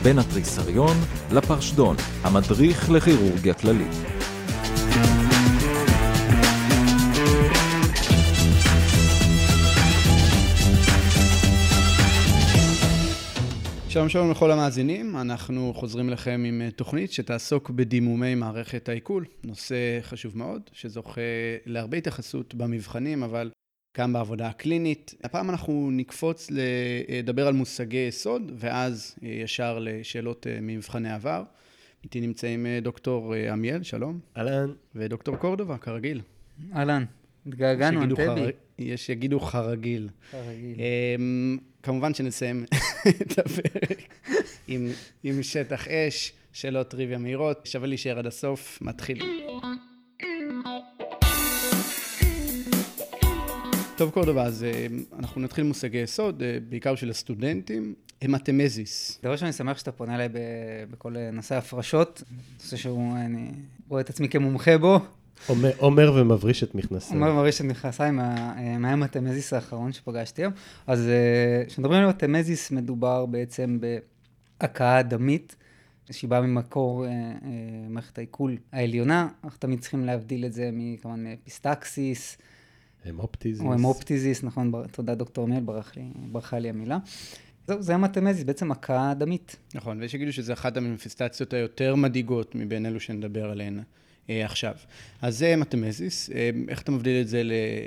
בין התריסריון לפרשדון, המדריך לכירורגיה כללית. שלום שלום לכל המאזינים, אנחנו חוזרים לכם עם תוכנית שתעסוק בדימומי מערכת העיכול, נושא חשוב מאוד שזוכה להרבה התייחסות במבחנים, אבל גם בעבודה הקלינית. הפעם אנחנו נקפוץ לדבר על מושגי יסוד, ואז ישר לשאלות ממבחני עבר. איתי נמצאים דוקטור עמיאל, שלום. אהלן. ודוקטור קורדובה, כרגיל. אהלן, התגעגענו, אנטבי. יש יגידו חרגיל. חרגיל. כמובן שנסיים את הפרק עם שטח אש, שאלות טריוויה מהירות. שווה להישאר עד הסוף, מתחילים. טוב, קורדובה, אז אנחנו נתחיל מושגי יסוד, בעיקר של הסטודנטים. המטמזיס. דבר שאני שמח שאתה פונה אליי בכל נושא הפרשות, נושא שאני רואה את עצמי כמומחה בו. אומר ומבריש את מכנסיים. אומר ומבריש את מכנסיים מהמטמזיס האחרון שפגשתי היום. אז כשמדברים על מטמזיס מדובר בעצם בהקאה דמית, שהיא באה ממקור מערכת העיכול העליונה. אנחנו תמיד צריכים להבדיל את זה מכמובן פיסטקסיס, המופטיזיס. או המופטיזיס, נכון, תודה דוקטור עמיאל, ברכה לי המילה. זהו, זה המטמזיס, בעצם הקאה דמית. נכון, ויש שיגידו שזה אחת המניפיסטציות היותר מדאיגות מבין אלו שנדבר עליהן עכשיו. אז זה מטמזיס, איך אתה מבדיל את זה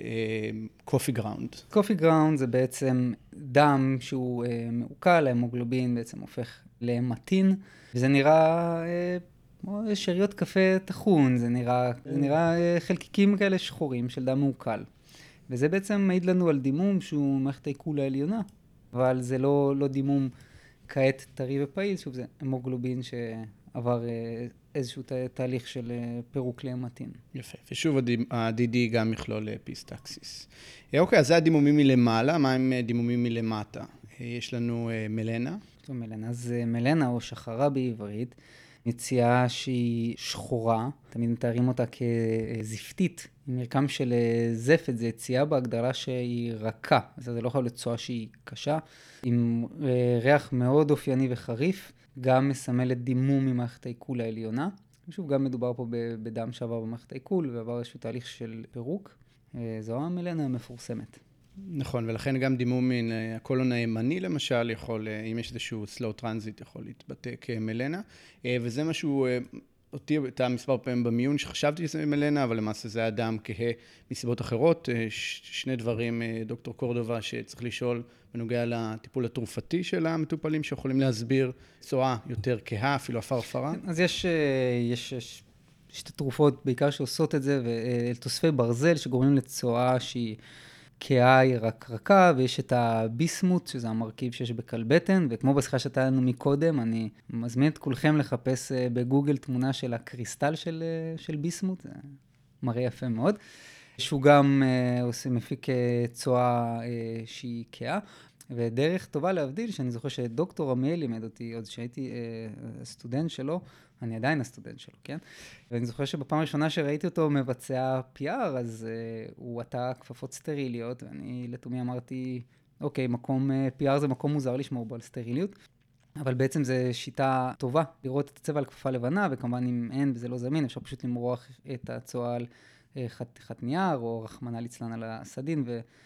לקופי גראונד? קופי גראונד זה בעצם דם שהוא מעוקל, ההמוגלובין בעצם הופך להמטין, וזה נראה כמו שאריות קפה טחון, זה נראה חלקיקים כאלה שחורים של דם מעוקל. וזה בעצם מעיד לנו על דימום שהוא מערכת העיכול העליונה, אבל זה לא דימום כעת טרי ופעיל, שוב זה המוגלובין שעבר איזשהו תהליך של פירוק להמטין. יפה, ושוב ה-DD גם יכלול פיסטקסיס. אוקיי, אז זה הדימומים מלמעלה, מה הם דימומים מלמטה? יש לנו מלנה. טוב, מלנה, אז מלנה או שחרה בעברית, יציאה שהיא שחורה, תמיד מתארים אותה כזפתית, עם מרקם של זפת, זה יציאה בהגדרה שהיא רכה, אז זה לא יכול להיות צואה שהיא קשה, עם ריח מאוד אופייני וחריף, גם מסמלת דימום ממערכת העיכול העליונה. שוב, גם מדובר פה בדם שעבר במערכת העיכול, ועבר איזשהו תהליך של פירוק. זו המלנה המפורסמת. נכון, ולכן גם דימום מן הקולון הימני למשל יכול, אם יש איזשהו slow transit, יכול להתבטא כמלנה, וזה משהו, אותי הייתה מספר פעמים במיון שחשבתי שזה מלנה, אבל למעשה זה אדם כהה מסיבות אחרות. שני דברים, דוקטור קורדובה, שצריך לשאול בנוגע לטיפול התרופתי של המטופלים, שיכולים להסביר צואה יותר כהה, אפילו אפרפרה. אז יש את התרופות בעיקר שעושות את זה, ותוספי ברזל שגורמים לצואה שהיא כהה היא רכה, ויש את הביסמוט, שזה המרכיב שיש בקלבטן, וכמו בשיחה שהייתה לנו מקודם, אני מזמין את כולכם לחפש בגוגל תמונה של הקריסטל של ביסמוט, זה מראה יפה מאוד, שהוא גם מפיק צואה שהיא כהה, ודרך טובה להבדיל, שאני זוכר שדוקטור עמיאל לימד אותי, עוד שהייתי סטודנט שלו, אני עדיין הסטודנט שלו, כן? ואני זוכר שבפעם הראשונה שראיתי אותו מבצע PR, אז הוא עטה כפפות סטריליות, ואני לתומי אמרתי, אוקיי, מקום PR זה מקום מוזר לשמור בו על סטריליות, אבל בעצם זו שיטה טובה, לראות את הצבע על כפפה לבנה, וכמובן אם אין וזה לא זמין, אפשר פשוט למרוח את הצואה על חתיכת נייר, או רחמנא ליצלן על הסדין,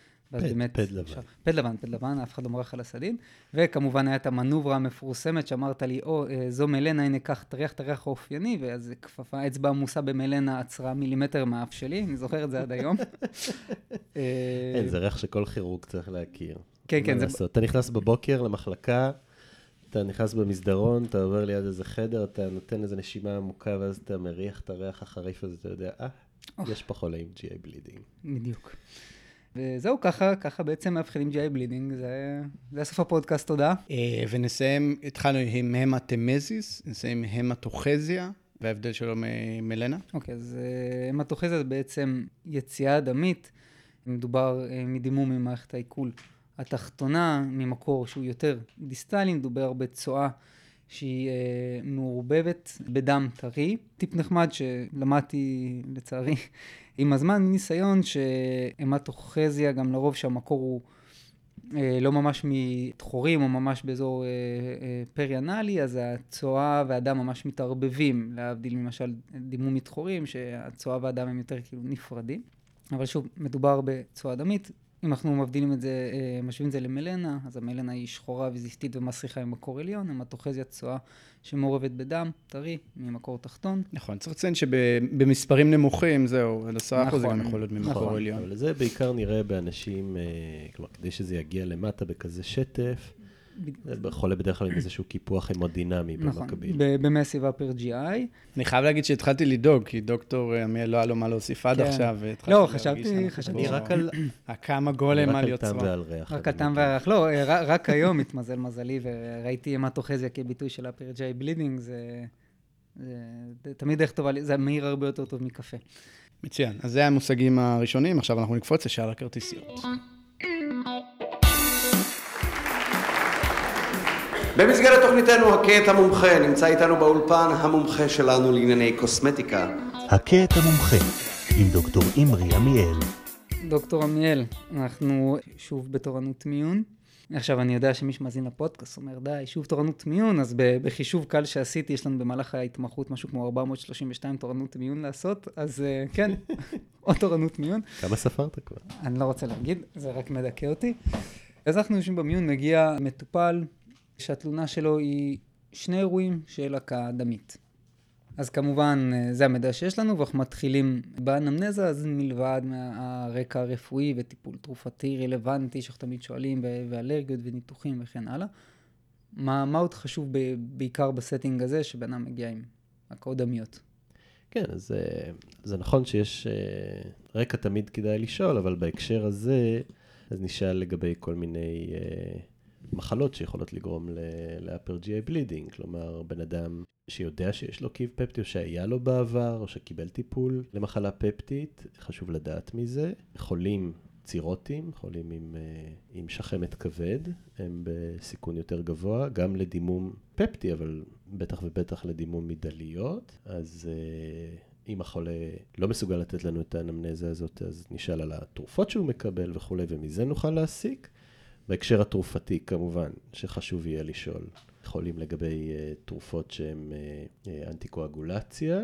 פד לבן, אף אחד לא מרח על הסדין. וכמובן היה את המנוברה המפורסמת שאמרת לי, זו מלנה, הנה קח תריח האופייני, ואז כפפה, אצבע עמוסה במלנה עצרה מילימטר מהאף שלי, אני זוכר את זה עד היום. זה ריח שכל כירורג צריך להכיר. כן. אתה נכנס בבוקר למחלקה, אתה נכנס במסדרון, אתה עובר ליד איזה חדר, אתה נותן איזו נשימה עמוקה, ואז אתה מריח את הריח החריף הזה, אתה יודע, יש פה חולה עם GI bleeding. בדיוק. וזהו, ככה בעצם מאבחנים GI bleeding, זה סוף הפודקאסט, תודה. ונסיים, התחלנו עם המטמזיס, נסיים עם המטוכזיה, וההבדל שלו מלנה. אוקיי, אז המטוכזיה זה בעצם יציאה דמית, מדובר מדימום ממערכת העיכול התחתונה, ממקור שהוא יותר דיסטלי, מדובר בצואה שהיא מעורבבת בדם טרי. טיפ נחמד שלמדתי לצערי עם הזמן, ניסיון שהמטוכזיה גם לרוב שהמקור הוא לא ממש מתחורים או ממש באזור פריאנלי, אז הצואה והדם ממש מתערבבים, להבדיל למשל דימום מתחורים, שהצואה והדם הם יותר כאילו נפרדים. אבל שוב, מדובר בצואה דמית. אם אנחנו מבדילים את זה, משווים את זה למלנה, אז המלנה היא שחורה וזפתית ומסריחה עם מקור עליון, המטוחזיה צואה שמעורבת בדם, טרי, ממקור תחתון. נכון, צריך לציין שבמספרים נמוכים, זהו, עד 10% זה גם יכול להיות ממקור עליון. אבל זה בעיקר נראה באנשים, כלומר, כדי שזה יגיע למטה בכזה שטף, חולה בדרך כלל עם איזשהו קיפוח המודינמי במקביל. נכון, במי סביבה פר GI. אני חייב להגיד שהתחלתי לדאוג, כי דוקטור עמיאל לא היה לו מה להוסיף עד עכשיו. לא, חשבתי... אני רק על... כמה גולם על יוצרו. רק על טעם ועל ריח. רק על טעם ועל ריח. לא, רק היום התמזל מזלי, וראיתי המטוחזיה כביטוי של הפר GI בלידינג, זה תמיד איך טוב, זה מהיר הרבה יותר טוב מקפה. מצוין. אז זה המושגים הראשונים, עכשיו אנחנו נקפוץ לשאר הכרטיסיות. במסגרת תוכניתנו הכה את המומחה, נמצא איתנו באולפן המומחה שלנו לענייני קוסמטיקה. הכה את המומחה עם דוקטור אמרי עמיאל. דוקטור עמיאל, אנחנו שוב בתורנות מיון. עכשיו אני יודע שמי שמאזין לפודקאסט אומר די, שוב תורנות מיון, אז בחישוב קל שעשיתי, יש לנו במהלך ההתמחות משהו כמו 432 תורנות מיון לעשות, אז כן, עוד תורנות מיון. כמה ספרת כבר? אני לא רוצה להגיד, זה רק מדכא אותי. אז אנחנו יושבים במיון, מגיע מטופל, שהתלונה שלו היא 2 אירועים של הקה דמית. אז כמובן זה המידע שיש לנו, ואנחנו מתחילים באנמנזה, אז מלבד מהרקע הרפואי וטיפול תרופתי רלוונטי, שאנחנו תמיד שואלים, ואלרגיות וניתוחים וכן הלאה. מה עוד חשוב בעיקר בסטינג הזה, שבן אדם מגיע עם הקאות דמיות? כן, אז זה נכון שיש רקע תמיד כדאי לשאול, אבל בהקשר הזה, אז נשאל לגבי כל מיני מחלות שיכולות לגרום לאפר GI בלידינג, כלומר, בן אדם שיודע שיש לו קיב פפטי, או שהיה לו בעבר, או שקיבל טיפול למחלה פפטית, חשוב לדעת מזה. חולים צירוטים, חולים עם שחמת כבד, הם בסיכון יותר גבוה, גם לדימום פפטי, אבל בטח ובטח לדימום מדליות. אז אם החולה לא מסוגל לתת לנו את האנמנזה הזאת, אז נשאל על התרופות שהוא מקבל וכו', ומזה נוכל להסיק. בהקשר התרופתי, כמובן, שחשוב יהיה לשאול. חולים לגבי תרופות שהן אנטיקואגולציה,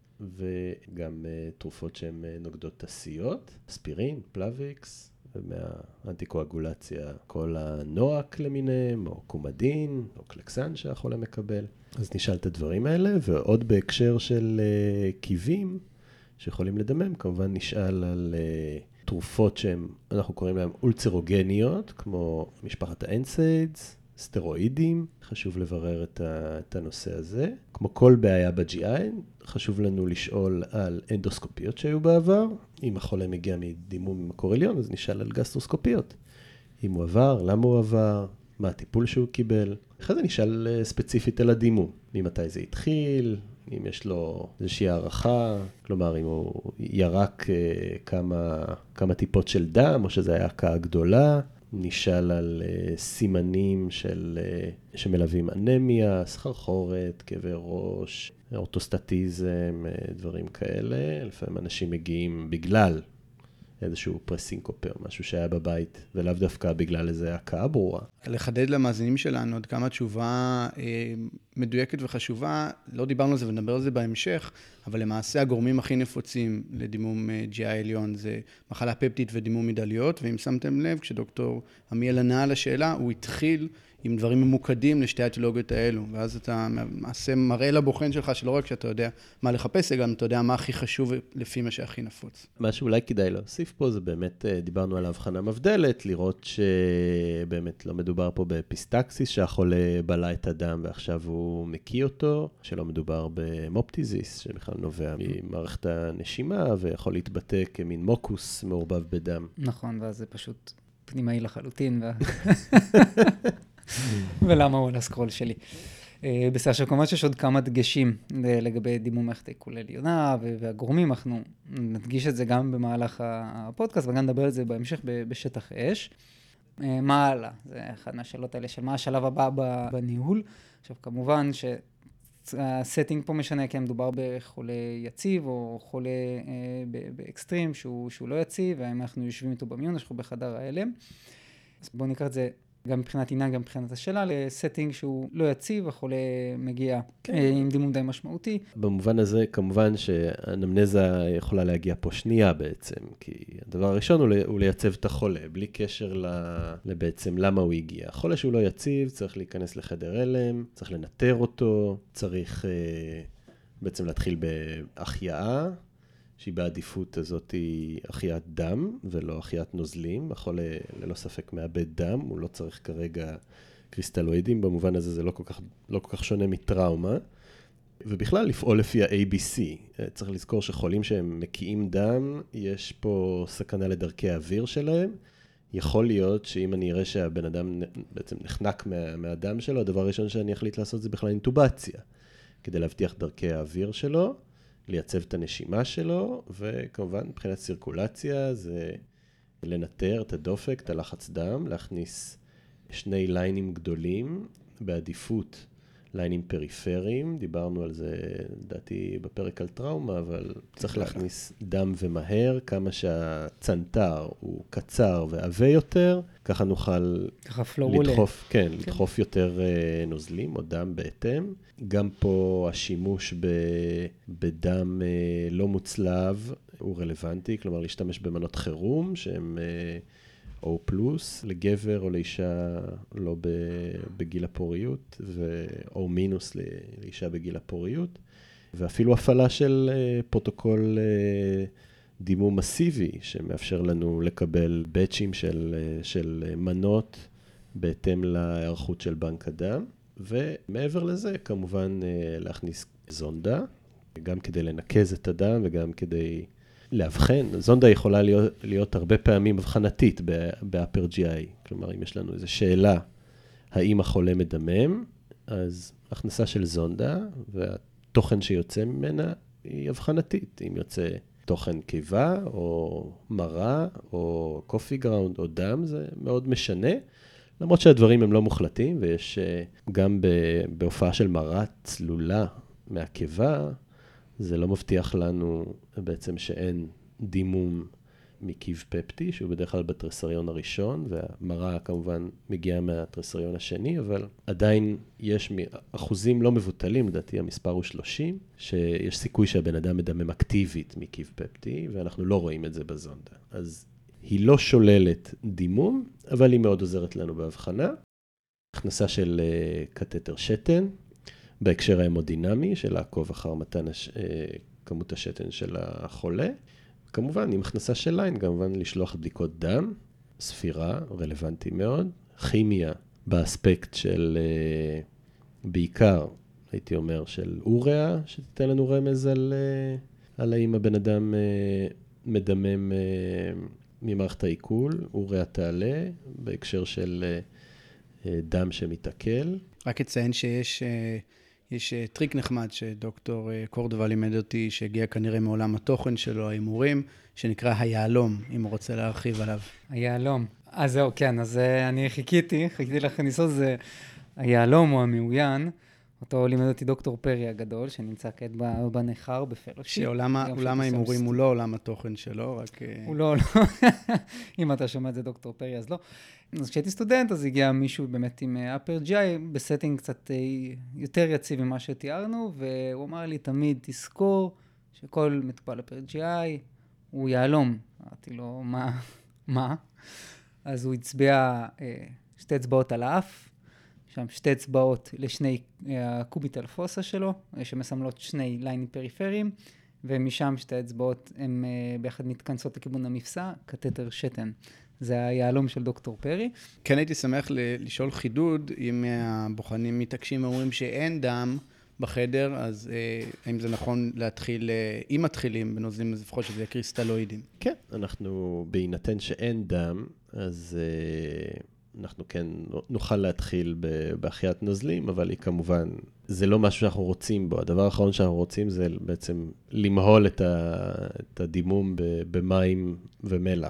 וגם תרופות שהן נוגדות תסיות, אספירין, פלאביקס, ומהאנטיקואגולציה כל הנועק למיניהם, או קומדין, או קלקסן שהחולה מקבל. אז נשאל את הדברים האלה, ועוד בהקשר של קיבים שיכולים לדמם, כמובן נשאל על תרופות שהן, אנחנו קוראים להן אולצרוגניות, כמו משפחת האנסיידס, סטרואידים, חשוב לברר את הנושא הזה. כמו כל בעיה ב-GI, חשוב לנו לשאול על אנדוסקופיות שהיו בעבר. אם החולה מגיע מדימום ממקור עליון, אז נשאל על גסטרוסקופיות. אם הוא עבר, למה הוא עבר, מה הטיפול שהוא קיבל. אחרי זה נשאל ספציפית על הדימום, ממתי זה התחיל, אם יש לו איזושהי הערכה, כלומר, אם הוא ירק כמה טיפות של דם, או שזה היה הקאה גדולה, נשאל על סימנים שמלווים אנמיה, סחרחורת, כאבי ראש, אורתוסטטיזם, דברים כאלה. לפעמים אנשים מגיעים בגלל איזשהו פרסינקופה או משהו שהיה בבית, ולאו דווקא בגלל איזו הקאה ברורה. לחדד למאזינים שלנו עוד כמה תשובה מדויקת וחשובה, לא דיברנו על זה ונדבר על זה בהמשך, אבל למעשה הגורמים הכי נפוצים לדימום GI עליון זה מחלה פפטית ודימום מדליות, ואם שמתם לב, כשדוקטור עמיאל ענה על השאלה, הוא התחיל עם דברים ממוקדים לשתי האטיולוגיות האלו, ואז אתה מעשה מראה לבוחן שלך, שלא רק שאתה יודע מה לחפש, גם אתה יודע מה הכי חשוב לפי מה שהכי נפוץ. מה שאולי כדאי להוסיף פה, זה באמת, דיברנו על הבחנה מבדלת, לראות שבאמת לא מדובר פה בפיסטקסיס, שהחולה בלע את הדם ועכשיו הוא מקיא אותו, שלא מדובר במופטיזיס, שבכלל נובע ממערכת הנשימה, ויכול להתבטא כמין מוקוס מעורבב בדם. נכון, ואז זה פשוט פנימאי לחלוטין, ולמה הוא על הסקרול שלי. בסדר, עכשיו כמובן שיש עוד כמה דגשים לגבי דימום מערכת העיכול העליונה והגורמים, אנחנו נדגיש את זה גם במהלך הפודקאסט, וגם נדבר על זה בהמשך בשטח אש. מה הלאה? זה אחד מהשאלות האלה של מה השלב הבא בניהול. עכשיו כמובן שהסטינג פה משנה, כי מדובר בחולה יציב או חולה באקסטרים שהוא לא יציב, ואם אנחנו יושבים איתו במיון, אנחנו בחדר ההלם. אז בואו נקרא את זה גם מבחינת עניין, גם מבחינת השאלה, לסטינג שהוא לא יציב, החולה מגיע עם דימום די משמעותי. במובן הזה, כמובן שהאנמנזה יכולה להגיע פה שנייה בעצם, כי הדבר הראשון הוא לייצב את החולה, בלי קשר לבעצם למה הוא הגיע. החולה שהוא לא יציב, צריך להיכנס לחדר הלם, צריך לנטר אותו, צריך בעצם להתחיל בהחייאה, שהיא בעדיפות הזאת היא החייאת דם ולא החייאת נוזלים. החולה ללא ספק מאבד דם, הוא לא צריך כרגע קריסטלואידים, במובן הזה זה לא כל כך שונה מטראומה. ובכלל לפעול לפי ה-ABC. צריך לזכור שחולים שהם מקיאים דם, יש פה סכנה לדרכי האוויר שלהם. יכול להיות שאם אני אראה שהבן אדם בעצם נחנק מהדם שלו, הדבר הראשון שאני אחליט לעשות זה בכלל אינטובציה, כדי להבטיח דרכי האוויר שלו, לייצב את הנשימה שלו, וכמובן מבחינת סירקולציה זה לנטר את הדופק, את הלחץ דם, להכניס 2 ליינים גדולים, בעדיפות ליינים פריפריים, דיברנו על זה לדעתי בפרק על טראומה, אבל צריך להכניס דם ומהר, כמה שהצנתר הוא קצר ועבה יותר, ככה נוכל לדחוף יותר נוזלים או דם בהתאם. גם פה השימוש בדם לא מוצלב הוא רלוונטי, כלומר להשתמש במנות חירום שהן O+, לגבר או לאישה לא בגיל הפוריות, ו-O- לאישה בגיל הפוריות, ואפילו הפעלה של פרוטוקול דימום מסיבי, שמאפשר לנו לקבל בצ'ים של מנות בהתאם להיערכות של בנק הדם, ומעבר לזה כמובן להכניס זונדה, גם כדי לנקז את הדם וגם כדי להבחן. זונדה יכולה להיות הרבה פעמים הבחנתית ב-upper GI. כלומר, אם יש לנו איזו שאלה, האם החולה מדמם, אז הכנסה של זונדה והתוכן שיוצא ממנה היא הבחנתית. אם יוצא תוכן קיבה או מרה או קופי גראונד או דם, זה מאוד משנה. למרות שהדברים הם לא מוחלטים, ויש גם בהופעה של מרה צלולה מהקיבה, זה לא מבטיח לנו בעצם שאין דימום מקיב פפטי, שהוא בדרך כלל בתריסריון הראשון, והמרה כמובן מגיעה מהתריסריון השני, אבל עדיין יש אחוזים לא מבוטלים, לדעתי המספר הוא 30, שיש סיכוי שהבן אדם מדמם אקטיבית מקיב פפטי, ואנחנו לא רואים את זה בזונדה. אז היא לא שוללת דימום, אבל היא מאוד עוזרת לנו בהבחנה. הכנסה של קתטר שתן, בהקשר ההמודינמי של לעקוב אחר מתן כמות השתן של החולה. כמובן, עם הכנסה של ליין, כמובן לשלוח בדיקות דם, ספירה, רלוונטי מאוד, כימיה באספקט של, בעיקר, הייתי אומר, של אוריה, שתיתן לנו רמז על האם הבן אדם מדמם ממערכת העיכול, אוריה תעלה, בהקשר של דם שמתעכל. רק אציין שיש טריק נחמד שדוקטור קורדובה לימד אותי, שהגיע כנראה מעולם התוכן שלו, ההימורים, שנקרא היעלום, אם הוא רוצה להרחיב עליו. היעלום. אז זהו, כן, אז אני חיכיתי להכניסו, זה היעלום או המעוין, אותו לימד אותי דוקטור פרי הגדול, שנמצא כעת בנחר, בפלושיפ. שעולם ההימורים הוא לא עולם התוכן שלו, רק... הוא לא. אם אתה שומע את זה דוקטור פרי, אז לא. אז כשהייתי סטודנט, אז הגיע מישהו באמת עם upper GI, בסטינג קצת יותר יציב ממה שתיארנו, והוא אמר לי תמיד, תזכור שכל מטופל upper GI הוא יעלום. אמרתי לו, מה? אז הוא הצביע 2 אצבעות על האף, שם 2 אצבעות לשני הקוביטל פוסה שלו, שמסמלות 2 ליינים פריפריים, ומשם 2 אצבעות הן ביחד מתכנסות לכיוון המפסע, קתטר שתן. זה היעלום של דוקטור פרי. כן, הייתי שמח לשאול חידוד, אם הבוחנים מתעקשים ואומרים שאין דם בחדר, אז האם זה נכון להתחיל, אם מתחילים בנוזלים, אז לפחות שזה יהיה קריסטלואידים. כן, אנחנו בהינתן שאין דם, אז אנחנו כן נוכל להתחיל בהחייאת נוזלים, אבל היא כמובן, זה לא משהו שאנחנו רוצים בו. הדבר האחרון שאנחנו רוצים זה בעצם למהול את הדימום במים ומלח.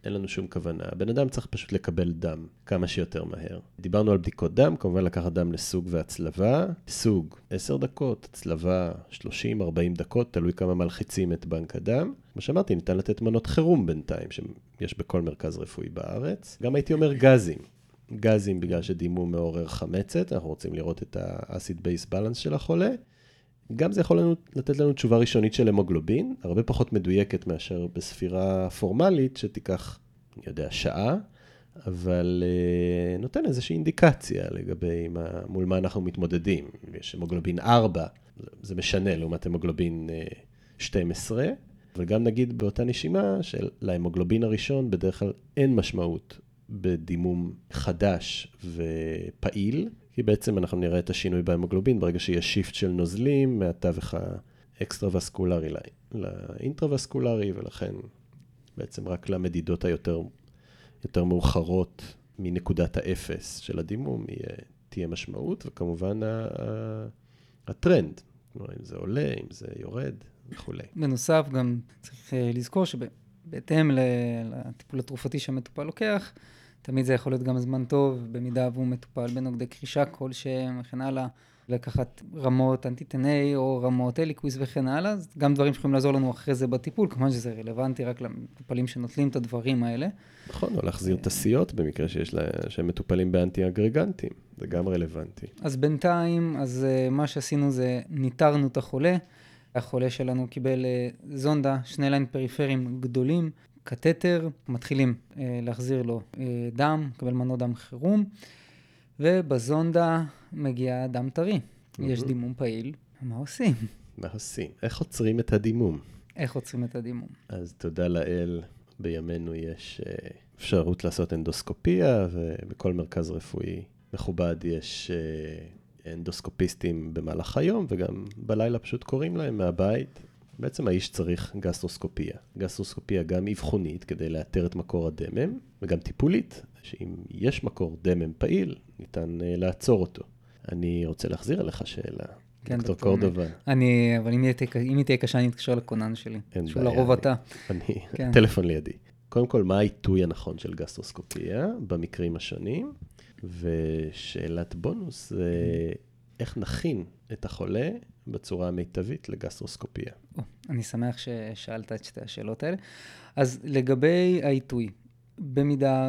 אין לנו שום כוונה. הבן אדם צריך פשוט לקבל דם כמה שיותר מהר. דיברנו על בדיקות דם, כמובן לקחת דם לסוג והצלבה. סוג 10 דקות, הצלבה 30-40 דקות, תלוי כמה מלחיצים את בנק הדם. כמו שאמרתי, ניתן לתת מנות חירום בינתיים, שיש בכל מרכז רפואי בארץ. גם הייתי אומר גזים. גזים בגלל שדימום מעורר חמצת, אנחנו רוצים לראות את האסיד בייס בלנס של החולה. גם זה יכול לתת לנו תשובה ראשונית של המוגלובין, הרבה פחות מדויקת מאשר בספירה פורמלית, שתיקח, אני יודע, שעה, אבל נותן איזושהי אינדיקציה לגבי מול מה אנחנו מתמודדים. יש המוגלובין 4, זה משנה לעומת המוגלובין 12, אבל גם נגיד באותה נשימה שלהמוגלובין הראשון בדרך כלל אין משמעות בדימום חדש ופעיל, כי בעצם אנחנו נראה את השינוי בהמוגלובין ברגע שיש שיפט של נוזלים מהתווך האקסטרווסקולרי לאינטרווסקולרי, ולכן בעצם רק למדידות יותר מאוחרות מנקודת האפס של הדימום תהיה משמעות, וכמובן הטרנד, אם זה עולה, אם זה יורד וכו'. בנוסף גם צריך לזכור שבהתאם לטיפול התרופתי שהמטופל לוקח, תמיד זה יכול להיות גם זמן טוב, במידה והוא מטופל בנוגדי קרישה כלשהם וכן הלאה, לקחת רמות אנטי-TNA או רמות אליקוויז וכן הלאה, אז גם דברים שיכולים לעזור לנו אחרי זה בטיפול, כמובן שזה רלוונטי רק למטופלים שנוטלים את הדברים האלה. נכון, או להחזיר תסיות במקרה שהם מטופלים באנטי-אגרגנטים, זה גם רלוונטי. אז בינתיים, מה שעשינו זה ניטרנו את החולה, החולה שלנו קיבל זונדה, 2 ליין פריפריים גדולים, קטטר, מתחילים להחזיר לו דם, לקבל מנות דם חירום, ובזונדה מגיע דם טרי. יש דימום פעיל, מה עושים? מה עושים? איך עוצרים את הדימום? איך עוצרים את הדימום? אז תודה לאל, בימינו יש אפשרות לעשות אנדוסקופיה, ובכל מרכז רפואי מכובד יש אנדוסקופיסטים במהלך היום, וגם בלילה פשוט קוראים להם מהבית. בעצם האיש צריך גסטרוסקופיה. גסטרוסקופיה גם אבחונית כדי לאתר את מקור הדמם, וגם טיפולית, שאם יש מקור דמם פעיל, ניתן לעצור אותו. אני רוצה להחזיר אליך שאלה. כן, דוקטור קורדובן. אבל אם היא תהיה קשה, אני אתקשר לכונן שלי. שהוא לרוב אתה. טלפון לידי. קודם כל, מה העיתוי הנכון של גסטרוסקופיה במקרים השונים? ושאלת בונוס זה איך נכין את החולה בצורה המיטבית לגסטרוסקופיה. אני שמח ששאלת את שתי השאלות האלה. אז לגבי העיתוי, במידה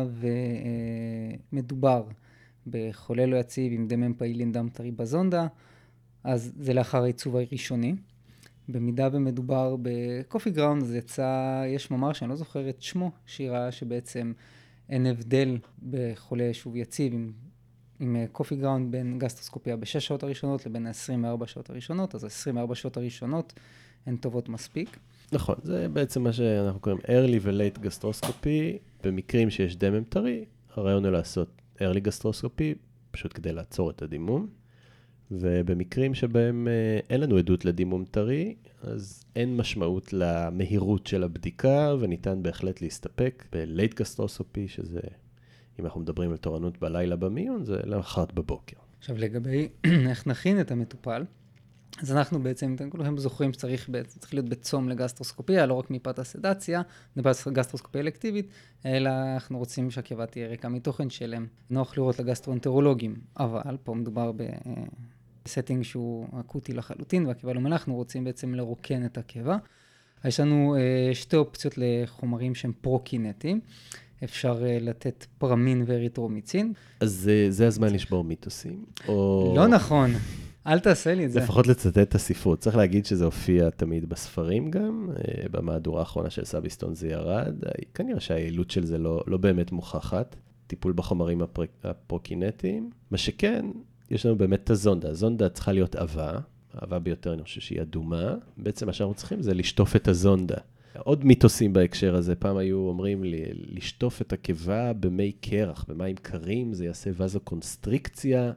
ומדובר בחולה לא יציב עם דמם פעיל עם דם טרי בזונדה, אז זה לאחר העיצוב הראשוני. במידה ומדובר בקופי גראונד, אז יש מאמר שאני לא זוכר את שמו, שיראה שבעצם אין הבדל בחולה שוב יציב עם קופי גראונד בין גסטרוסקופיה ב6 שעות הראשונות לבין 24 שעות הראשונות, אז 24 שעות הראשונות הן טובות מספיק. נכון, זה בעצם מה שאנחנו קוראים early ו-late גסטרוסקופי, במקרים שיש דמם טרי, הרעיון הוא לעשות early גסטרוסקופי, פשוט כדי לעצור את הדימום, ובמקרים שבהם אין לנו עדות לדימום טרי, אז אין משמעות למהירות של הבדיקה, וניתן בהחלט להסתפק ב-late גסטרוסקופי, שזה אם אנחנו מדברים על תורנות בלילה במיון, זה למחרת בבוקר. עכשיו לגבי איך נכין את המטופל, אז אנחנו בעצם, כולכם זוכרים שצריך להיות בצום לגסטרוסקופיה, לא רק מפאת הסדציה, נדבר על גסטרוסקופיה אלקטיבית, אלא אנחנו רוצים שהקיבה תהיה ריקה מתוכן שלהם. נוח לראות לגסטרואנטרולוגים, אבל פה מדובר בסטינג שהוא אקוטי לחלוטין, והקיבה לא מלאה, אנחנו רוצים בעצם לרוקן את הקיבה. יש לנו שתי אופציות לחומרים שהם פרוקינטיים. אפשר לתת פרמין ואריתרומיצין. אז זה הזמן לשבור מיתוסים? לא נכון. אל תעשה לי את זה. לפחות לצטט את הספרות. צריך להגיד שזה הופיע תמיד בספרים גם. במהדורה האחרונה של סביסטון זה ירד. כנראה שהיעילות של זה לא באמת מוכחת. טיפול בחומרים הפרוקינטיים. מה שכן, יש לנו באמת את הזונדה. הזונדה צריכה להיות עבה. העבה ביותר, אני חושב שהיא אדומה. בעצם מה שאנחנו צריכים זה לשטוף את הזונדה. עוד מיתוסים בהקשר הזה, פעם היו אומרים לי, לשטוף את הקיבה במי קרח, במים קרים, זה יעשה וזוקונסטריקציה,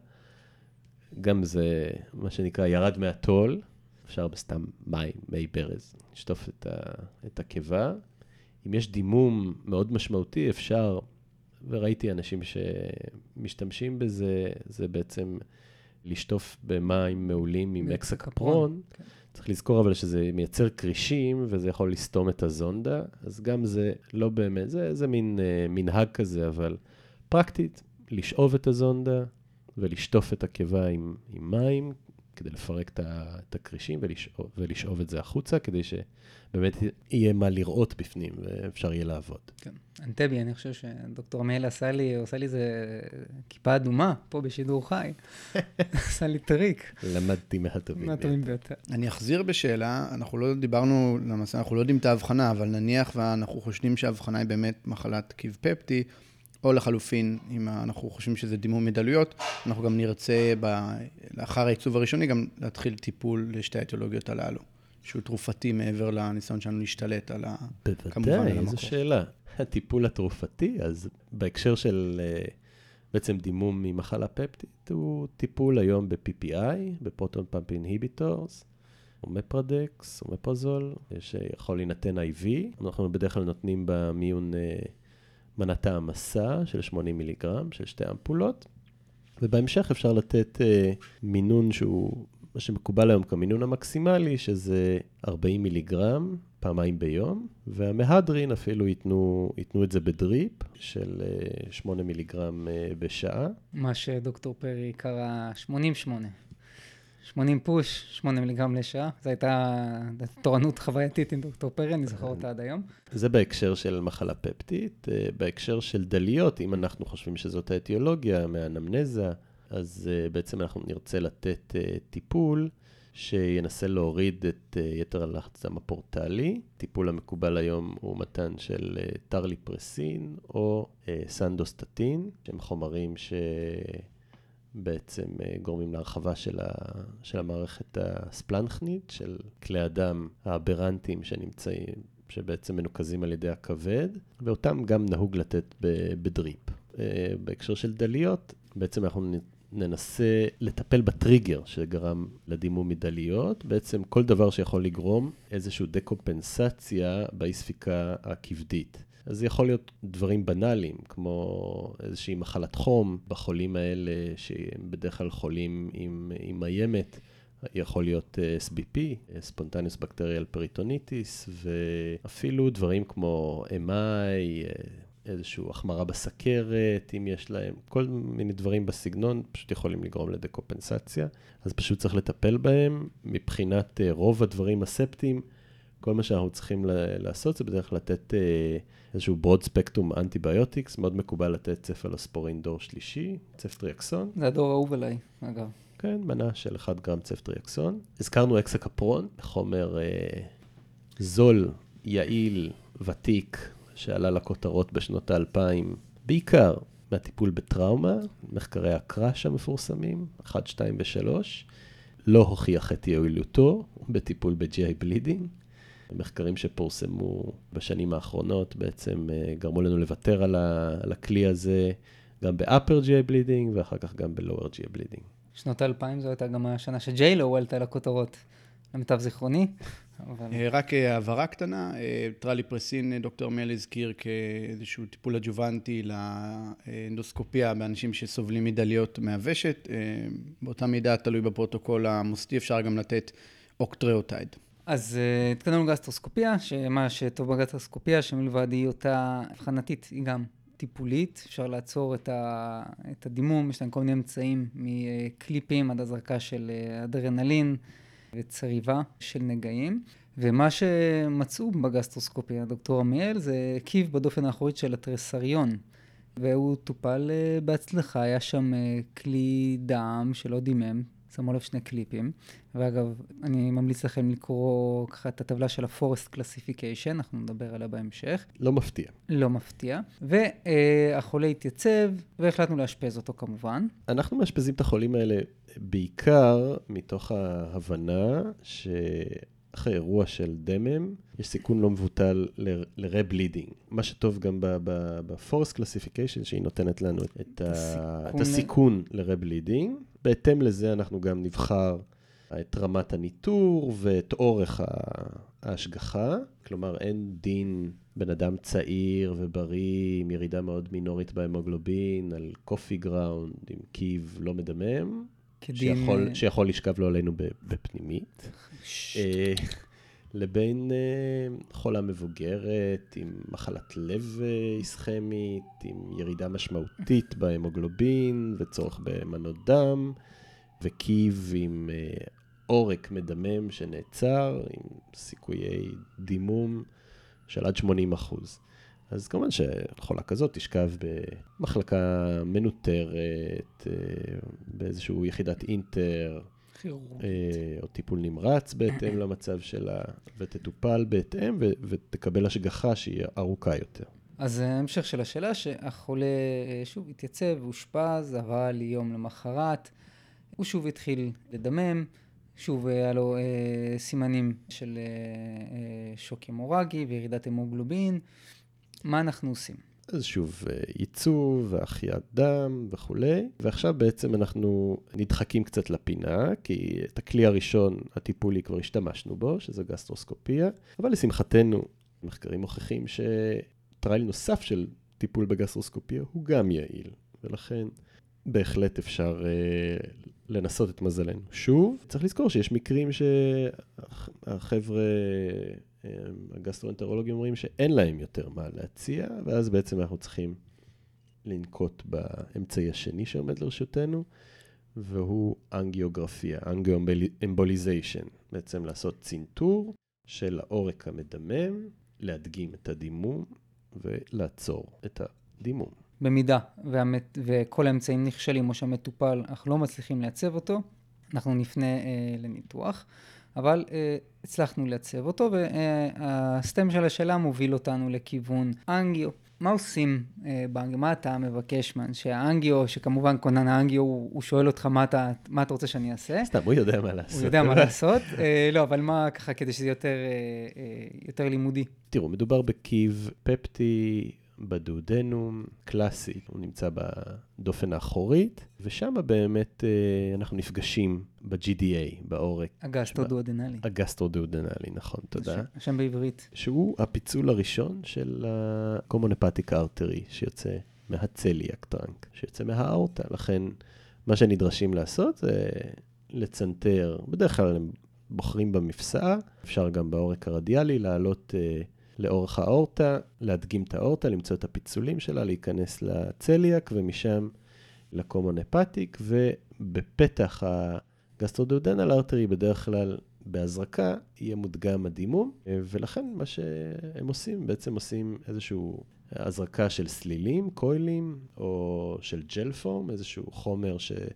גם זה מה שנקרא ירד מהטול, אפשר בסתם מים, מי ברז, לשטוף את הקיבה. אם יש דימום מאוד משמעותי, אפשר, וראיתי אנשים שמשתמשים בזה, זה בעצם לשטוף במים מעולים עם אקסקפרון, צריך לזכור אבל שזה מייצר קרישים, וזה יכול לסתום את הזונדה, אז גם זה לא באמת, זה מין מנהג כזה, אבל פרקטית, לשאוב את הזונדה, ולשטוף את הקיבה עם מים, כדי לפרק את הקרישים, ולשאוב את זה החוצה, כדי שבאמת יהיה מה לראות בפנים, ואפשר יהיה לעבוד. כן. אנטבי, אני חושב שדוקטור עמיאל עושה לי איזה כיפה אדומה, פה בשידור חי. עשה לי טריק. למדתי מהטובים ביותר. אני אחזיר בשאלה, אנחנו לא דיברנו, למעשה אנחנו לא יודעים את ההבחנה, אבל נניח ואנחנו חושבים שההבחנה היא באמת מחלת קיב פפטי, או לחלופין, אם אנחנו חושבים שזה דימום מדלויות, אנחנו גם נרצה לאחר העיצוב הראשוני גם להתחיל טיפול לשתי האטיולוגיות הללו, שהוא תרופתי מעבר לניסיון שלנו להשתלט על כמובן על המקור. איזו שאלה. הטיפול התרופתי, אז בהקשר של בעצם דימום ממחלה פפטית, הוא טיפול היום ב-PPI, בפרוטון פאמפ אינהיביטורס, אומפרדקס, אומפרזול, שיכול להינתן IV. אנחנו בדרך כלל נותנים במיון מנת העמסה של 80 מיליגרם, של 2 אמפולות, ובהמשך אפשר לתת מינון שהוא, מה שמקובל היום כמינון המקסימלי, שזה 40 מיליגרם, פעמיים ביום, והמהדרין אפילו ייתנו את זה בדריפ של 8 מיליגרם בשעה. מה שדוקטור פרי קרא 88. 80 פוש, 8 מיליגרם לשעה. זו הייתה תורנות חווייתית עם דוקטור פרי, אני זוכר אותה עד היום. זה בהקשר של מחלה פפטית. בהקשר של דליות, אם אנחנו חושבים שזאת האטיולוגיה מהאנמנזה, אז בעצם אנחנו נרצה לתת טיפול שינסה להוריד את יתר הלחץ דם הפורטלי. טיפול המקובל היום הוא מתן של טרליפרסין או סנדוסטטין, שהם חומרים שבעצם גורמים להרחבה של המערכת הספלנחנית, של כלי הדם האברנטיים שבעצם מנוקזים על ידי הכבד, ואותם גם נהוג לתת בדריפ. בהקשר של דליות, בעצם אנחנו ננסה לטפל בטריגר שגרם לדימום מדליות, בעצם כל דבר שיכול לגרום איזושהי דקומפנסציה באי ספיקה הכבדית. אז זה יכול להיות דברים בנאליים, כמו איזושהי מחלת חום בחולים האלה, שהם בדרך כלל חולים עם מיימת, יכול להיות SBP, ספונטניוס בקטריאל פריטוניטיס, ואפילו דברים כמו MI, איזושהי החמרה בסכרת, אם יש להם, כל מיני דברים בסגנון, פשוט יכולים לגרום לדקומפנסציה, אז פשוט צריך לטפל בהם. מבחינת רוב הדברים הספטיים, כל מה שאנחנו צריכים לעשות, זה בדרך כלל לתת איזשהו ברוד ספקטרום אנטיביוטיקס, מאוד מקובל לתת צפלוספורין דור שלישי, צפטריאקסון. זה הדור האהוב עליי, אגב. כן, מנה של 1 גרם צפטריאקסון. הזכרנו אקסקפרון, חומר זול, יעיל, ותיק, שעלה לכותרות בשנות ה-2000, בעיקר מהטיפול בטראומה, מחקרי הקראש המפורסמים, 1, 2 ו-3, לא הוכיח את יעילותו בטיפול ב-GI בלידינג. מחקרים שפורסמו בשנים האחרונות בעצם גרמו לנו לוותר על הכלי הזה, גם ב-upper GI בלידינג ואחר כך גם ב-lower GI בלידינג. שנות ה-2000 זו הייתה גם השנה שג'יילו עלתה לכותרות, למיטב זיכרוני. רק הבהרה קטנה, טרליפרסין, דוקטור עמיאל הזכיר כאיזשהו טיפול אג'וונטי לאנדוסקופיה באנשים שסובלים מדליות מהוושת. באותה מידה, תלוי בפרוטוקול המוסדי, אפשר גם לתת אוקטריאוטייד. אז התקדמנו לגסטרוסקופיה, שמה שטוב בגסטרוסקופיה, שמלבד היא אותה הבחנתית, היא גם טיפולית. אפשר לעצור את הדימום, יש להם כל מיני אמצעים מקליפים עד הזרקה של אדרנלין, וצריבה של נגעים. ומה שמצאו בגסטרוסקופיה, דוקטור עמיאל, זה קיב בדופן האחורית של התרסריון. והוא טופל בהצלחה, היה שם כלי דם שלא דימם, שמו לב 2 קליפים. ואגב, אני ממליץ לכם לקרוא ככה את הטבלה של ה-Forest Classification, אנחנו נדבר עליה בהמשך. לא מפתיע. לא מפתיע. והחולה התייצב, והחלטנו לאשפז אותו כמובן. אנחנו מאשפזים את החולים האלה בעיקר מתוך ההבנה שאחרי אירוע של דמם, יש סיכון לא מבוטל ל-rebleeding. מה שטוב גם ב-Forest Classification, שהיא נותנת לנו את הסיכון ל-rebleeding. בהתאם לזה אנחנו גם נבחר את רמת הניטור ואת אורך ההשגחה. כלומר, אין דין בן אדם צעיר ובריא עם ירידה מאוד מינורית בהמוגלובין, על קופי גראונד, עם קיב לא מדמם, שיכול לשכב לו עלינו בפנימית, לבין חולה מבוגרת עם מחלת לב איסכמית, עם ירידה משמעותית בהמוגלובין וצורך במנות דם, וקיב עם עורק מדמם שנעצר, עם סיכויי דימום של עד 80%. אז כמובן שחולה כזאת תשכב במחלקה מנוטרת, באיזשהו יחידת אינטר, או טיפול נמרץ בהתאם למצב שלה, ותטופל בהתאם, ותקבל השגחה שהיא ארוכה יותר. אז המשך של השאלה שהחולה שוב התייצב והושפז, אבל יום למחרת, הוא שוב התחיל לדמם, שוב היה לו סימנים של שוק המורגי וירידת המוגלובין. מה אנחנו עושים? אז שוב, ייצוב והחיית דם וכולי, ועכשיו בעצם אנחנו נדחקים קצת לפינה, כי את הכלי הראשון, הטיפולי, כבר השתמשנו בו, שזה גסטרוסקופיה, אבל לשמחתנו, מחקרים מוכיחים שטרייל נוסף של טיפול בגסטרוסקופיה הוא גם יעיל, ולכן בהחלט אפשר לנסות את מזלנו. שוב, צריך לזכור שיש מקרים שהחבר'ה, הגסטרואנטרולוגים אומרים שאין להם יותר מה להציע, ואז בעצם אנחנו צריכים לנקוט באמצעי השני שעומד לרשותנו, והוא אנגיוגרפיה, אנגיואמבוליזיישן, בעצם לעשות צינטור של העורק המדמם, להדגים את הדימום ולעצור את הדימום. במידה וכל האמצעים נכשלים או שהמטופל, אנחנו לא מצליחים לייצב אותו, אנחנו נפנה לניתוח, אבל הצלחנו לייצב אותו, והסטם של השאלה מוביל אותנו לכיוון אנגיו. מה עושים באנגיו? מה אתה מבקש שהאנגיו, שכמובן כונן האנגיו, הוא שואל אותך מה אתה רוצה שאני אעשה? סתם, הוא יודע מה לעשות. הוא יודע מה לעשות. לא, אבל מה ככה כדי שזה יותר לימודי? תראו, מדובר בקיב פפטי, בדודנום, קלאסי, הוא נמצא בדופן האחורית, ושם באמת אנחנו נפגשים ב-GDA, בעורק. הגסטרודודנלי. הגסטרודודנלי, נכון, תודה. השם בעברית. שהוא הפיצול הראשון של ה-common hepatic artery, שיוצא מהצליאק טרנק, שיוצא מהאורטה. לכן, מה שנדרשים לעשות זה לצנתר, בדרך כלל הם בוחרים במפסעה, אפשר גם בעורק הרדיאלי לעלות לאורך האורטה, להדגים את האורטה, למצוא את הפיצולים שלה, להיכנס לצליאק ומשם לקומון הפטיק, ובפתח הגסטרודודנל ארטרי בדרך כלל בהזרקה יהיה מודגם הדימום, ולכן מה שהם עושים, בעצם עושים איזשהו הזרקה של סלילים, קוילים, או של ג'ל פורם, איזשהו חומר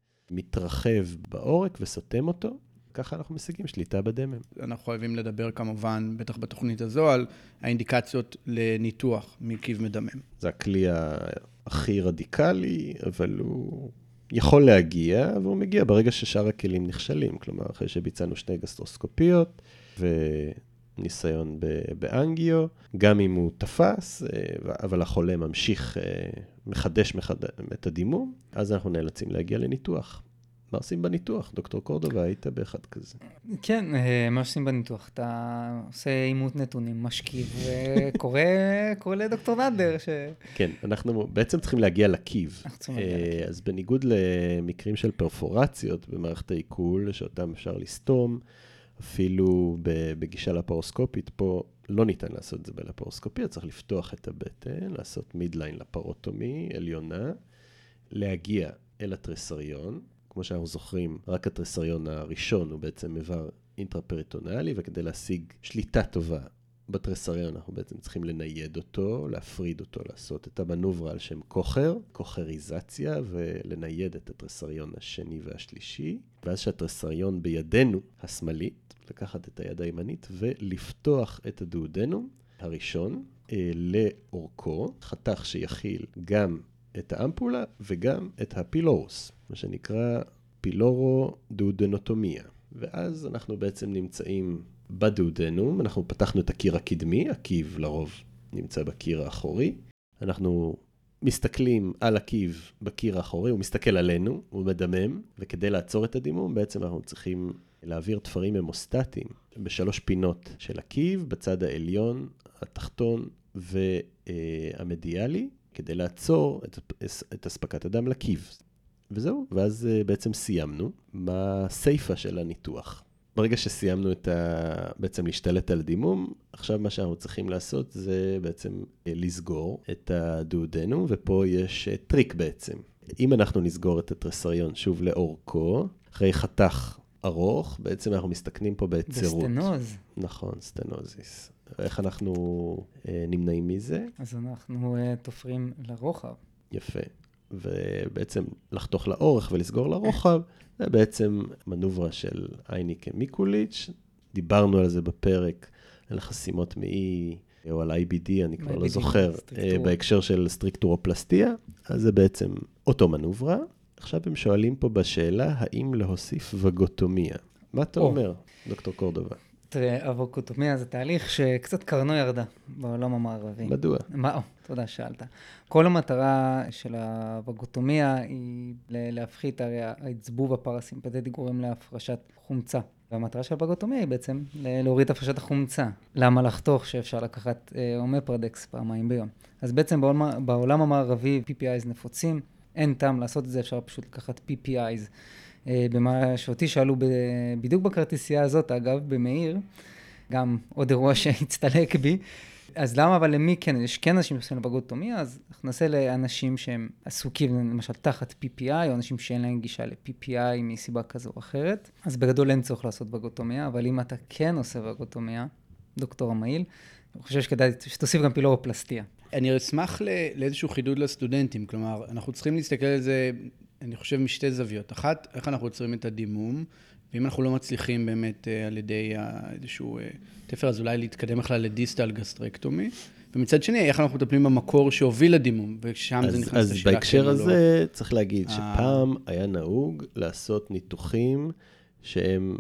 שמתרחב בעורק וסותם אותו. ככה אנחנו משיגים שליטה בדמם. אנחנו חייבים לדבר כמובן, בטח בתוכנית הזו, על האינדיקציות לניתוח מקיב מדמם. זה הכלי הכי רדיקלי, אבל הוא יכול להגיע, והוא מגיע ברגע ששאר הכלים נכשלים. כלומר, אחרי שביצענו 2 גסטרוסקופיות וניסיון באנגיו, גם אם הוא תפס, אבל החולה ממשיך, מחדש את הדימום, אז אנחנו נאלצים להגיע לניתוח. מה עושים בניתוח? דוקטור קורדובה, היית באחד כזה. כן, מה עושים בניתוח? אתה עושה אימות נתונים, משכיב, וקורא לדוקטור נדר. כן, אנחנו בעצם צריכים להגיע לקיב. אז בניגוד למקרים של פרפורציות במערכת העיכול, שאותם אפשר לסתום, אפילו בגישה לפרוסקופית, פה לא ניתן לעשות את זה בלפרוסקופיה, צריך לפתוח את הבטן, לעשות מידליין לפרוטומי, עליונה, להגיע אל הטרסריון, כמו שאנחנו זוכרים, רק הטרסריון הראשון הוא בעצם איבר אינטרפריטונלי, וכדי להשיג שליטה טובה בטרסריון, אנחנו בעצם צריכים לנייד אותו, להפריד אותו, לעשות את המנוברה על שם כוחר, כוחריזציה, ולנייד את הטרסריון השני והשלישי, ואז שהטרסריון בידנו השמאלית, לקחת את היד הימנית, ולפתוח את הדודנום הראשון לאורכו, חתך שיכיל גם את האמפולה וגם את הפילורוס, מה שנקרא פילורו-דודנוטומיה. ואז אנחנו בעצם נמצאים בדודנום, אנחנו פתחנו את הקיר הקדמי, הקיב לרוב נמצא בקיר האחורי. אנחנו מסתכלים על הקיב בקיר האחורי, הוא מסתכל עלינו, הוא מדמם, וכדי לעצור את הדימום בעצם אנחנו צריכים להעביר תפרים המוסטטיים ב3 פינות של הקיב, בצד העליון, התחתון והמדיאלי, כדי לעצור את הספקת הדם לקיב. וזהו, ואז בעצם סיימנו מה הסייפה של הניתוח. ברגע שסיימנו בעצם להשתלט על דימום, עכשיו מה שאנחנו צריכים לעשות זה בעצם לסגור את הדודנו, ופה יש טריק בעצם. אם אנחנו נסגור את התרסריון שוב לאורכו, אחרי חתך ארוך, בעצם אנחנו מסתכנים פה ביצירות. בסטנוז. נכון, סטנוזיס. איך אנחנו נמנעים מזה? אז אנחנו תופרים לרוחב. יפה. ובעצם לחתוך לאורך ולסגור לרוחב, זה בעצם מנוברה של אייניקה מיקוליץ'. דיברנו על זה בפרק, על חסימות מאי או על IBD, אני כבר לא זוכר, בהקשר של סטריקטורופלסטיה. אז זה בעצם אותו מנוברה. עכשיו הם שואלים פה בשאלה, האם להוסיף וגוטומיה? מה אתה אומר, דוקטור קורדובה? תראה, הווגוטומיה זה תהליך שקצת קרנו ירדה בעולם המערבי. מדוע? תודה, שאלת. כל המטרה של הווגוטומיה היא להפחית, הרי העצבוב הפרסימפטי גורם להפרשת חומצה. והמטרה של הווגוטומיה היא בעצם להוריד הפרשת החומצה. למה לחתוך שאפשר לקחת אומפרדקס פעמיים ביום? אז בעצם בעולם המערבי PPIs נפוצים, אין טעם לעשות את זה, אפשר פשוט לקחת PPIs. במה שאותי שאלו בדיוק בכרטיסייה הזאת, אגב, במאיר, גם עוד אירוע שהצטלק בי. אז למה, אבל למי כן? יש כן אנשים שעושים לווגוטומיה, אז אנחנו נעשה לאנשים שהם עסוקים, למשל, תחת PPI, או אנשים שאין להם גישה ל-PPI מסיבה כזו או אחרת. אז בגדול אין צורך לעשות ווגוטומיה, אבל אם אתה כן עושה ווגוטומיה, דוקטור המעיל, אני חושב שכדאי שתוסיף גם פילורופלסטיה. אני אשמח לאיזשהו חידוד לסטודנטים, כלומר, אנחנו צריכים להסתכל על זה, אני חושב, משתי זוויות. אחת, איך אנחנו יוצרים את הדימום, ואם אנחנו לא מצליחים באמת על ידי איזשהו תפר, אז אולי להתקדם בכלל לדיסטל גסטרקטומי, ומצד שני, איך אנחנו מטפלים במקור שהוביל לדימום, ושם זה נכנס לשאלה. אז בהקשר הזה צריך להגיד שפעם היה נהוג לעשות ניתוחים שהם,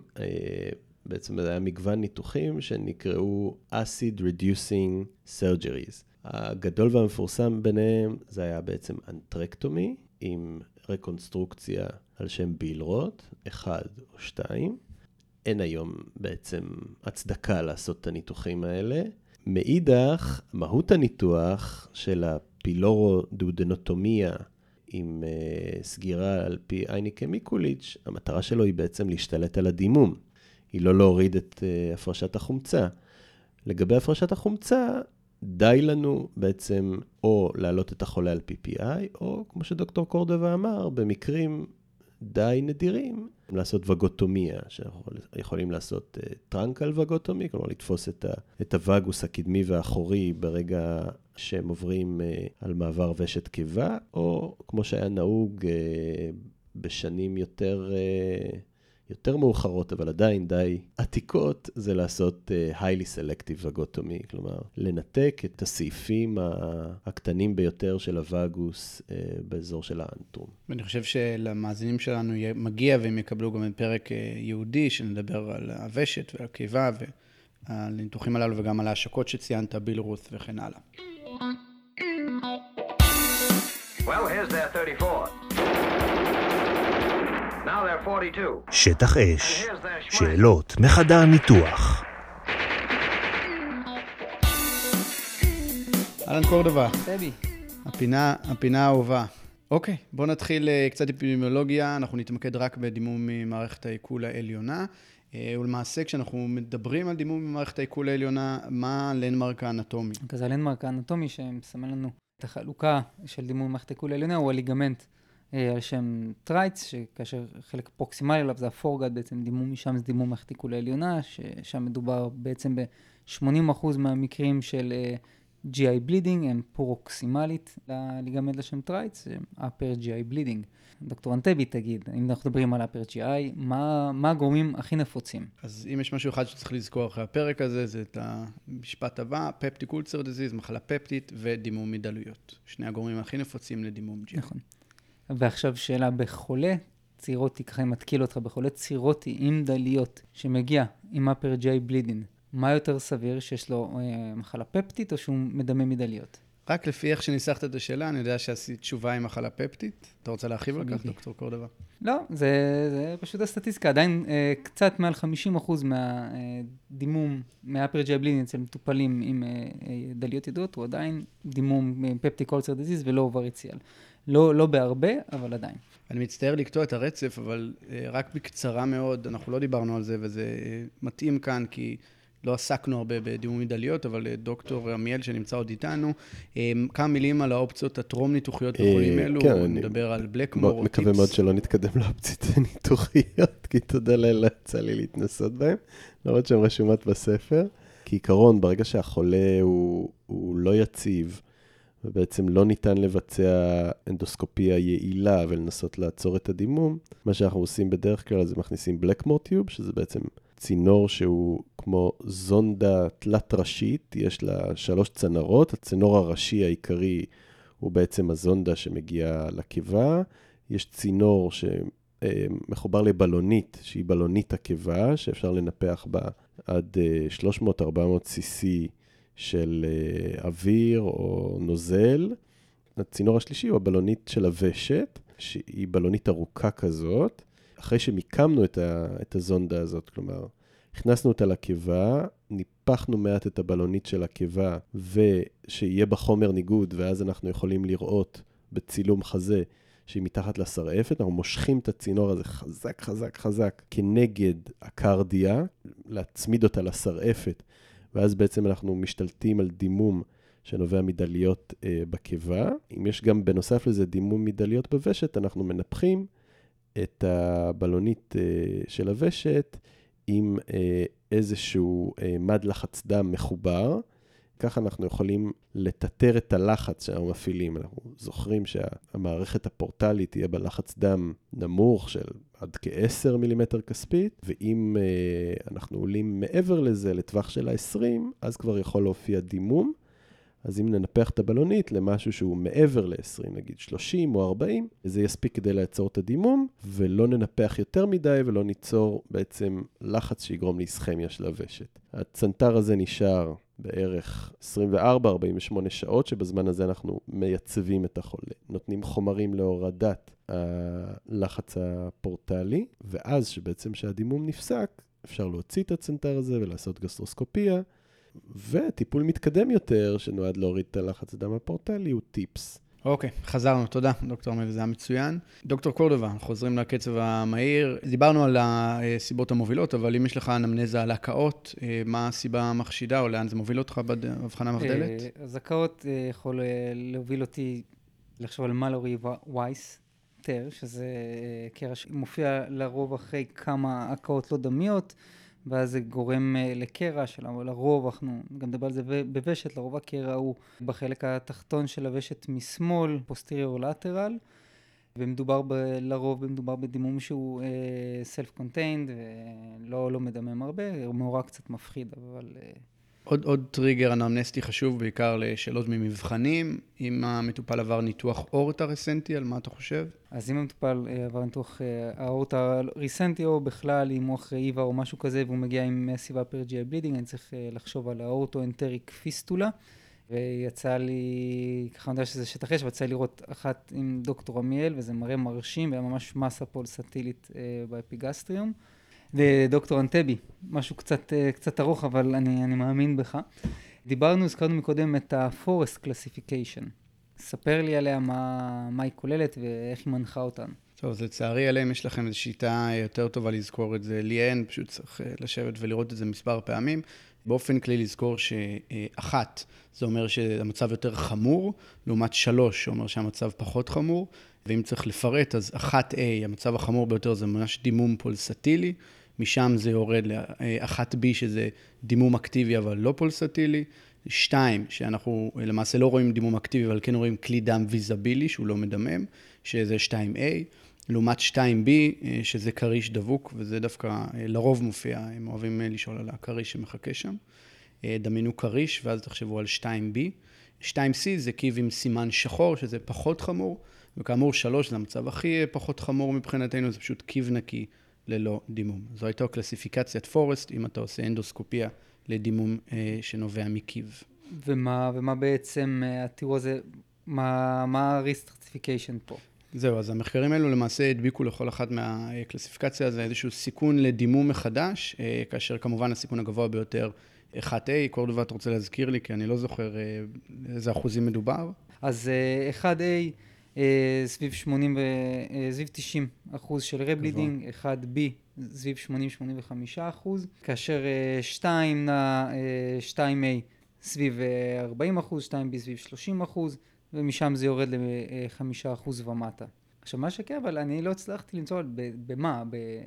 בעצם זה היה מגוון ניתוחים שנקראו acid reducing surgeries. הגדול והמפורסם ביניהם זה היה בעצם אנטרקטומי עם רקונסטרוקציה על שם בילרוט, 1 או 2. אין היום בעצם הצדקה לעשות את הניתוחים האלה. מאידך, מהות הניתוח של הפילורודודנוטומיה עם סגירה על פי אייניקה מיקוליץ', המטרה שלו היא בעצם להשתלט על הדימום. היא לא להוריד את הפרשת החומצה. לגבי הפרשת החומצה, די לנו בעצם או להעלות את החולה על PPI, או כמו שדוקטור קורדובה אמר, במקרים די נדירים, לעשות וגוטומיה, שאנחנו יכולים לעשות טרנקל וגוטומי, כלומר לתפוס את הווגוס הקדמי והאחורי ברגע שהם עוברים על מעבר ושת קיבה, או כמו שהיה נהוג בשנים יותר מאוחרות, אבל עדיין די עתיקות, זה לעשות highly selective vagotomy, כלומר, לנתק את הסעיפים הקטנים ביותר של הווגוס באזור של האנטרום. ואני חושב שלמאזינים שלנו מגיע, והם יקבלו גם פרק יהודי, שנדבר על הוושת ועל קיבה, ועל הניתוחים הללו, וגם על ההשקות שציינת, בילרוס וכן הלאה. Well, here's their 34. Now they're 42. שטח אש, שאלות מחדר הניתוח. אהלן קורדובה, טבי. הפינה האהובה. אוקיי, בואו נתחיל קצת אפידמיולוגיה, אנחנו נתמקד רק בדימום ממערכת העיכול העליונה, ולמעשה כשאנחנו מדברים על דימום ממערכת העיכול העליונה, מה הלנדמרק האנטומי? אז הלנדמרק האנטומי שמסמן לנו את החלוקה של דימום ממערכת העיכול העליונה הוא הליגמנט על שם טרייץ, שכאשר חלק פרוקסימלי עליו זה הפורגד, בעצם דימום משם זה דימום ממערכת העיכול העליונה, ששם מדובר בעצם ב-80% מהמקרים של GI bleeding הם פרוקסימלית לליגמנט לשם טרייץ, upper GI bleeding. דוקטור אנטבי תגיד, אם אנחנו מדברים על upper GI, מה הגורמים הכי נפוצים? אז אם יש משהו אחד שצריך לזכור אחרי הפרק הזה, זה את המשפט הבא, פפטיק אולצר דיזיז, מחלה פפטית ודימום מדלויות. שני הגורמים הכי נפוצים לדימום GI. נכון. ועכשיו שאלה בחולה צירוטי, ככה אני מתקיל אותך, בחולה צירוטי עם דליות שמגיע עם upper GI bleeding, מה יותר סביר שיש לו מחלה פפטית או שהוא מדמה מדליות? רק לפי איך שניסחת את השאלה, אני יודע שעשית תשובה עם מחלה פפטית. אתה רוצה להרחיב על כך, דוקטור קורדובה? לא, זה פשוט הסטטיסטיקה. עדיין קצת מעל 50% מהדימום, מהפרג'בלין אצל מטופלים עם דליות ידועות, הוא עדיין דימום פפטיק אולסר דיזיז ולא אובריציאל. לא בהרבה, אבל עדיין. אני מצטער לקטוע את הרצף, אבל רק בקצרה מאוד, אנחנו לא דיברנו על זה, וזה מתאים כאן, כי לא עסקנו הרבה בדימום דליות, אבל דוקטור עמיאל שנמצא עוד איתנו, כמה מילים על האופציות הטרום-ניתוחיות בחולים אלו, הוא מדבר על בלקמור. מקווה מאוד שלא נתקדם לאופציות הניתוחיות, כי תודה לאלה יצא לי להתנסות בהם, למרות שהן רשומות בספר. כעיקרון, ברגע שהחולה הוא לא יציב, ובעצם לא ניתן לבצע אנדוסקופיה יעילה ולנסות לעצור את הדימום, מה שאנחנו עושים בדרך כלל זה מכניסים בלקמור טיוב, שזה בעצם צינור שהוא כמו זונדה תלת ראשית, יש לה 3 צנרות, הצינור הראשי העיקרי הוא בעצם הזונדה שמגיעה לקיבה, יש צינור שמחובר לבלונית, שהיא בלונית הקיבה, שאפשר לנפח בה עד 300-400 cc של אוויר או נוזל. הצינור השלישי הוא הבלונית של הוושט, שהיא בלונית ארוכה כזאת. אחרי שמיקמנו את הזונדה הזאת, כלומר, הכנסנו אותה לקיבה, ניפחנו מעט את הבלונית של הקיבה, ושיהיה בה חומר ניגוד, ואז אנחנו יכולים לראות בצילום חזה שהיא מתחת לשרעפת, אנחנו מושכים את הצינור הזה חזק, חזק, חזק, כנגד הקרדיה, להצמיד אותה לשרעפת, ואז בעצם אנחנו משתלטים על דימום שנובע מדליות בקיבה. אם יש גם בנוסף לזה דימום מדליות בוושט, אנחנו מנפחים את הבלונית של הוושט עם איזשהו מד לחץ דם מחובר. ככה אנחנו יכולים לטטר את הלחץ שאנחנו מפעילים. אנחנו זוכרים שהמערכת הפורטלית תהיה בלחץ דם נמוך של עד כ-10 מילימטר כספית, ואם אנחנו עולים מעבר לזה לטווח של ה-20, אז כבר יכול להופיע דימום. אז אם ננפח את הבלונית למשהו שהוא מעבר ל-20, נגיד 30 או 40, זה יספיק כדי לעצור את הדימום, ולא ננפח יותר מדי ולא ניצור בעצם לחץ שיגרום להיסכמיה של הוושט. הצנתר הזה נשאר בערך 24-48 שעות, שבזמן הזה אנחנו מייצבים את החולה. נותנים חומרים להורדת הלחץ הפורטלי, ואז שבעצם שהדימום נפסק, אפשר להוציא את הצנתר הזה ולעשות גסטרוסקופיה, וטיפול מתקדם יותר, שנועד להוריד את הלחץ הדם הפורטלי, הוא טיפס. אוקיי, חזרנו, תודה, דוקטור עמיאל, זה היה מצוין. דוקטור קורדובה, חוזרים לקצב המהיר. דיברנו על הסיבות המובילות, אבל אם יש לך אנמנזה על הקאות, מה הסיבה המחשידה, או לאן זה מוביל אותך בהבחנה מבדלת? אז הקאות יכול להוביל אותי לחשוב על מלורי וייס, שזה קרע שמופיע לרוב אחרי כמה הקאות לא דמיות, ואז זה גורם לקרע לרוב, אנחנו גם נדבר על זה בוושט, לרוב הקרע הוא בחלק התחתון של הוושט משמאל, posterior lateral, לרוב מדובר בדימום שהוא self-contained, ולא מדמם הרבה, הוא מאורע קצת מפחיד, אבל... עוד טריגר אנמנסטי חשוב, בעיקר לשאלות ממבחנים. אם המטופל עבר ניתוח אורטה ריסנטי, על מה אתה חושב? אז אם המטופל עבר ניתוח האורטה ריסנטי, או בכלל עם מוח איבה או משהו כזה, והוא מגיע עם סיבה פרג'יאל בלידינג, אני צריך לחשוב על האורטו-אנטריק פיסטולה. ויצא לי, ככה אני יודע שזה שטח אש, ויצא לראות אחת עם דוקטור עמיאל, וזה מראה מרשים, והיה ממש מסה פולסטילית באפיגסטריום. דוקטור אנטבי, משהו קצת ארוך, אבל אני מאמין בך. הזכרנו מקודם את ה-Forest Classification. ספר לי עליה מה היא כוללת ואיך היא מנחה אותנו. טוב, אז לצערי עליהם יש לכם איזו שיטה יותר טובה לזכור את זה. לי אין, פשוט צריך לשבת ולראות את זה מספר פעמים. באופן כלי לזכור שאחת, זה אומר שהמצב יותר חמור, לעומת 3, שאומר שהמצב פחות חמור. ואם צריך לפרט, אז 1A, המצב החמור ביותר זה ממש דימום פולסטילי, משם זה יורד ל-1B, שזה דימום אקטיבי אבל לא פולסטילי, 2, שאנחנו למעשה לא רואים דימום אקטיבי, אבל כן רואים כלי דם ויזבילי, שהוא לא מדמם, שזה 2A, לעומת 2B, שזה קריש דבוק, וזה דווקא לרוב מופיע, הם אוהבים לשאול על הקריש שמחכה שם. דמיינו קריש, ואז תחשבו על 2B. 2C זה קיב עם סימן שחור, שזה פחות חמור, וכאמור 3 זה המצב הכי פחות חמור מבחינתנו, זה פשוט קיב נקי ללא דימום. זו הייתה קלסיפיקציית פורסט, אם אתה עושה אנדוסקופיה לדימום שנובע מקיב. ומה בעצם התיאור הזה, מה ה-risk stratification פה? זהו, אז המחקרים האלו למעשה הדביקו לכל אחת מהקלסיפיקציה הזה איזשהו סיכון לדימום מחדש, כאשר כמובן הסיכון הגבוה ביותר 1A, קורדובה אתה רוצה להזכיר לי, כי אני לא זוכר איזה אחוזים מדובר. אז 1A סביב 90% של רבלידינג, 1B סביב 80-85%, כאשר 2A סביב 40%, 2B סביב 30%, ומשם זה יורד ל5% ומטה. עכשיו מה שכן, אבל אני לא הצלחתי למצוא במה,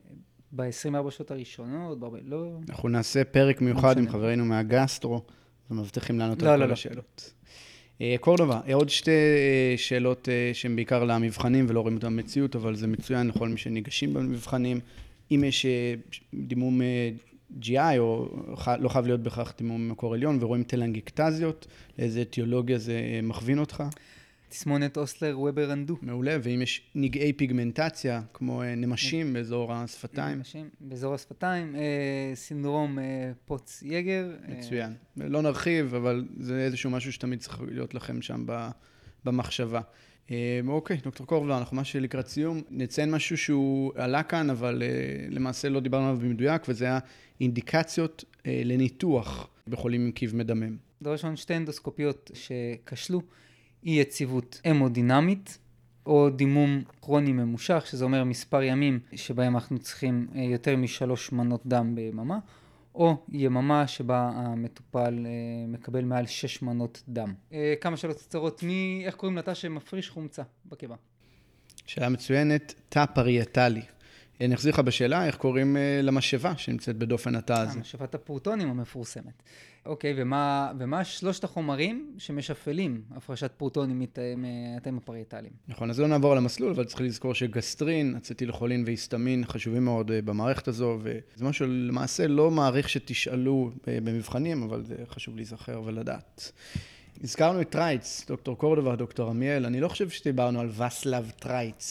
ב-24 שעות הראשונות, לא... אנחנו נעשה פרק מיוחד עם חברינו מהגסטרו, ומבטיחים לענות על כל השאלות. קורדובה, עוד שתי שאלות שהן בעיקר למבחנים ולא רואים אותם במציאות, אבל זה מצוין לכל מי שניגשים במבחנים. אם יש דימום GI, או לא חייב להיות בכך דימום מקור עליון, ורואים טלנגקטזיות, לאיזה אטיולוגיה זה מכווין אותך? תסמונת אוסלר וובר אנדו. מעולה, ואם יש נגעי פיגמנטציה, כמו נמשים באזור השפתיים? נמשים באזור השפתיים, סינדרום פוץ יגר. מצוין. לא נרחיב, אבל זה איזשהו משהו שתמיד צריך להיות לכם שם במחשבה. אוקיי, דוקטור קורדובה, אנחנו ממש לקראת סיום. נציין משהו שהוא עלה כאן, אבל למעשה לא דיברנו עליו במדויק, וזה האינדיקציות לניתוח בחולים עם קיב מדמם. דבר ראשון, שתי אנדוסקופיות שכשלו, אי יציבות המודינמית, או דימום כרוני ממושך, שזה אומר מספר ימים שבהם אנחנו צריכים יותר מ3 מנות דם ביממה, או יממה שבה המטופל מקבל מעל 6 מנות דם. כמה שאלות קצרות, איך קוראים לתא שמפריש חומצה בקיבה? שאלה מצוינת, תא פרייטלי. אני אחזיר לך בשאלה, איך קוראים למשאבה שנמצאת בדופן התא הזה? משאבת הפרוטונים המפורסמת. אוקיי, ומה 3 החומרים שמשפלים הפרשת פרוטונים מהתאים הפרייטליים? נכון, אז לא נעבור על המסלול, אבל צריך לזכור שגסטרין, אצטילכולין והיסטמין חשובים מאוד במערכת הזו, וזה משהו למעשה לא מעריך שתשאלו במבחנים, אבל זה חשוב להיזכר ולדעת. הזכרנו את טרייץ, דוקטור קורדובה, דוקטור עמיאל, אני לא חושב שדיברנו על וסלב טרייץ.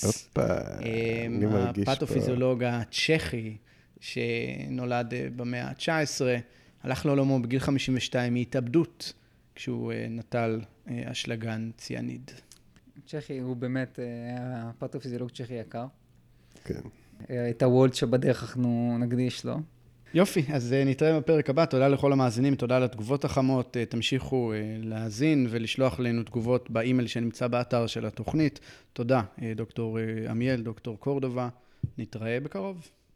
אני מרגיש פה. הפתופיזיולוג הצ'כי, שנולד במאה ה-19, הלך לעולמו בגיל 52 מהתאבדות, כשהוא נטל אשלגן ציאניד. צ'כי הוא באמת הפתופיזיולוג צ'כי יקר. כן. את הוולט שבדרך אנחנו נקדיש לו. יופי, אז נתראה בפרק הבא. תודה לכל המאזינים, תודה על התגובות החמות. תמשיכו להאזין ולשלוח לנו תגובות באימייל שנמצא באתר של התוכנית. תודה, דוקטור עמיאל, דוקטור קורדובה. נתראה בקרוב.